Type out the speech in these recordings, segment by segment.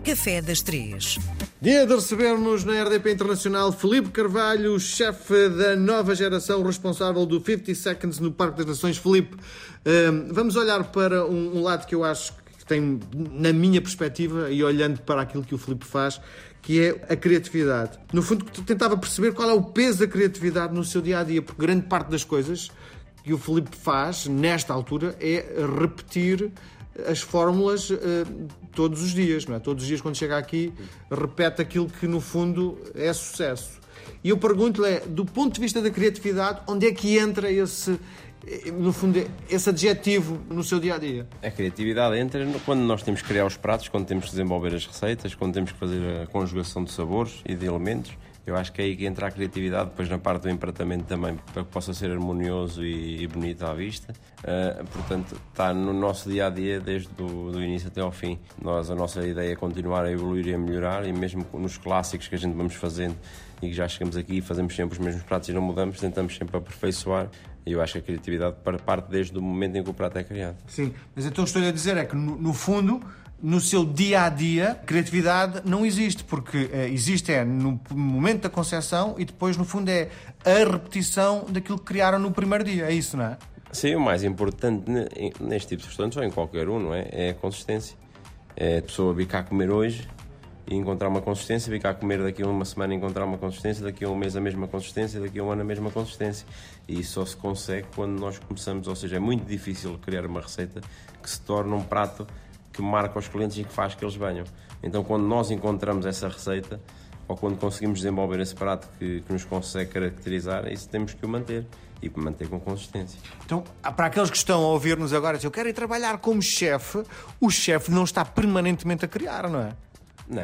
Café das Três. Dia de recebermos na RDP Internacional Filipe Carvalho, chefe da nova geração, responsável do 50 Seconds no Parque das Nações. Filipe, vamos olhar para um lado que eu acho que tem, na minha perspectiva, e olhando para aquilo que o Filipe faz, que é a criatividade. No fundo, tentava perceber qual é o peso da criatividade no seu dia-a-dia, porque grande parte das coisas que o Filipe faz, nesta altura, é repetir as fórmulas todos os dias, não é? Todos os dias, quando chega aqui, repete aquilo que, no fundo, é sucesso. E eu pergunto-lhe, do ponto de vista da criatividade, onde é que entra esse, no fundo, esse adjetivo no seu dia-a-dia? A criatividade entra quando nós temos que criar os pratos, quando temos que desenvolver as receitas, quando temos que fazer a conjugação de sabores e de elementos. Eu acho que é aí que entra a criatividade, depois na parte do empratamento também, para que possa ser harmonioso e bonito à vista. Portanto, está no nosso dia-a-dia desde o início até ao fim. A nossa ideia é continuar a evoluir e a melhorar, e mesmo nos clássicos que a gente vamos fazendo e que já chegamos aqui e fazemos sempre os mesmos pratos e não mudamos, tentamos sempre aperfeiçoar. E eu acho que a criatividade parte desde o momento em que o prato é criado. Sim, mas então estou-lhe a dizer é que, no fundo, no seu dia-a-dia, criatividade não existe, porque existe no momento da concepção e depois, no fundo, é a repetição daquilo que criaram no primeiro dia. É isso, não é? Sim, o mais importante neste tipo de restaurantes, ou em qualquer um, não é? É a consistência. É a pessoa vir cá comer hoje e encontrar uma consistência, vir cá comer daqui a uma semana e encontrar uma consistência, daqui a um mês a mesma consistência, daqui a um ano a mesma consistência. E isso só se consegue quando nós começamos, ou seja, é muito difícil criar uma receita que se torne um prato que marca os clientes e que faz que eles venham. Então, quando nós encontramos essa receita, ou quando conseguimos desenvolver esse prato que nos consegue caracterizar, isso temos que o manter, e manter com consistência. Então, para aqueles que estão a ouvir-nos agora, se eu quero ir trabalhar como chefe, o chefe não está permanentemente a criar, não é? Não.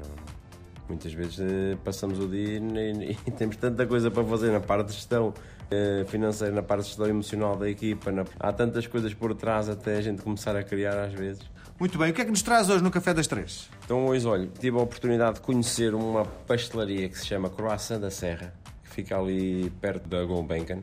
Muitas vezes passamos o dia e temos tanta coisa para fazer na parte de gestão financeira, na parte de gestão emocional da equipa. Há tantas coisas por trás até a gente começar a criar às vezes. Muito bem, o que é que nos traz hoje no Café das Três? Então hoje, olha, tive a oportunidade de conhecer uma pastelaria que se chama Croissant da Serra, que fica ali perto da Gulbenkian,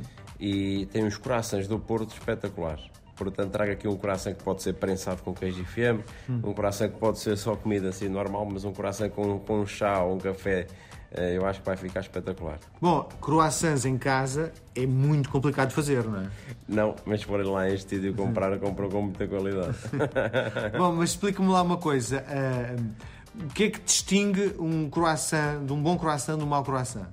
e tem uns croissants do Porto espetaculares. Portanto, trago aqui um croissant que pode ser prensado com queijo e fiambre, um croissant que pode ser só comida assim normal, mas um croissant com um chá ou um café, eu acho que vai ficar espetacular. Bom, croissants em casa é muito complicado de fazer, não é? Não, mas se forem lá a este sítio compram com muita qualidade. Bom, mas explica-me lá uma coisa. O que é que distingue um croissant, de um bom croissant de um mau croissant?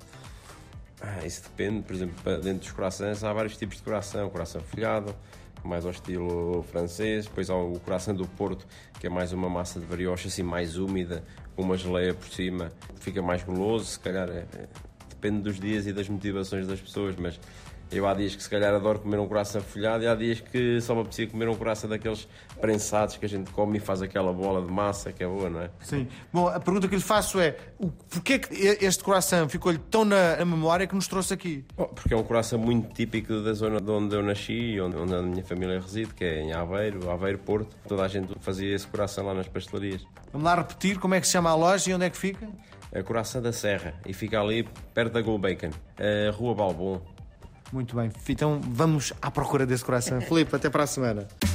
Isso depende. Por exemplo, dentro dos croissants há vários tipos de croissant. O croissant folhado, mais ao estilo francês. Depois há o croissant do Porto, que é mais uma massa de brioche assim mais úmida, com uma geleia por cima. Fica mais goloso, se calhar. Depende dos dias e das motivações das pessoas, mas eu há dias que se calhar adoro comer um croissant folhado e há dias que só me apetecia comer um croissant daqueles prensados que a gente come e faz aquela bola de massa que é boa, não é? Sim. Bom, a pergunta que lhe faço é: porquê que este croissant ficou-lhe tão na memória que nos trouxe aqui? Porque é um croissant muito típico da zona de onde eu nasci e onde a minha família reside, que é em Aveiro, Porto. Toda a gente fazia esse croissant lá nas pastelarias. Vamos lá repetir como é que se chama a loja e onde é que fica? A Croissant da Serra, e fica ali perto da Gulbenkian, Rua Balbon. Muito bem, então vamos à procura desse croissant. Filipe, até para a semana.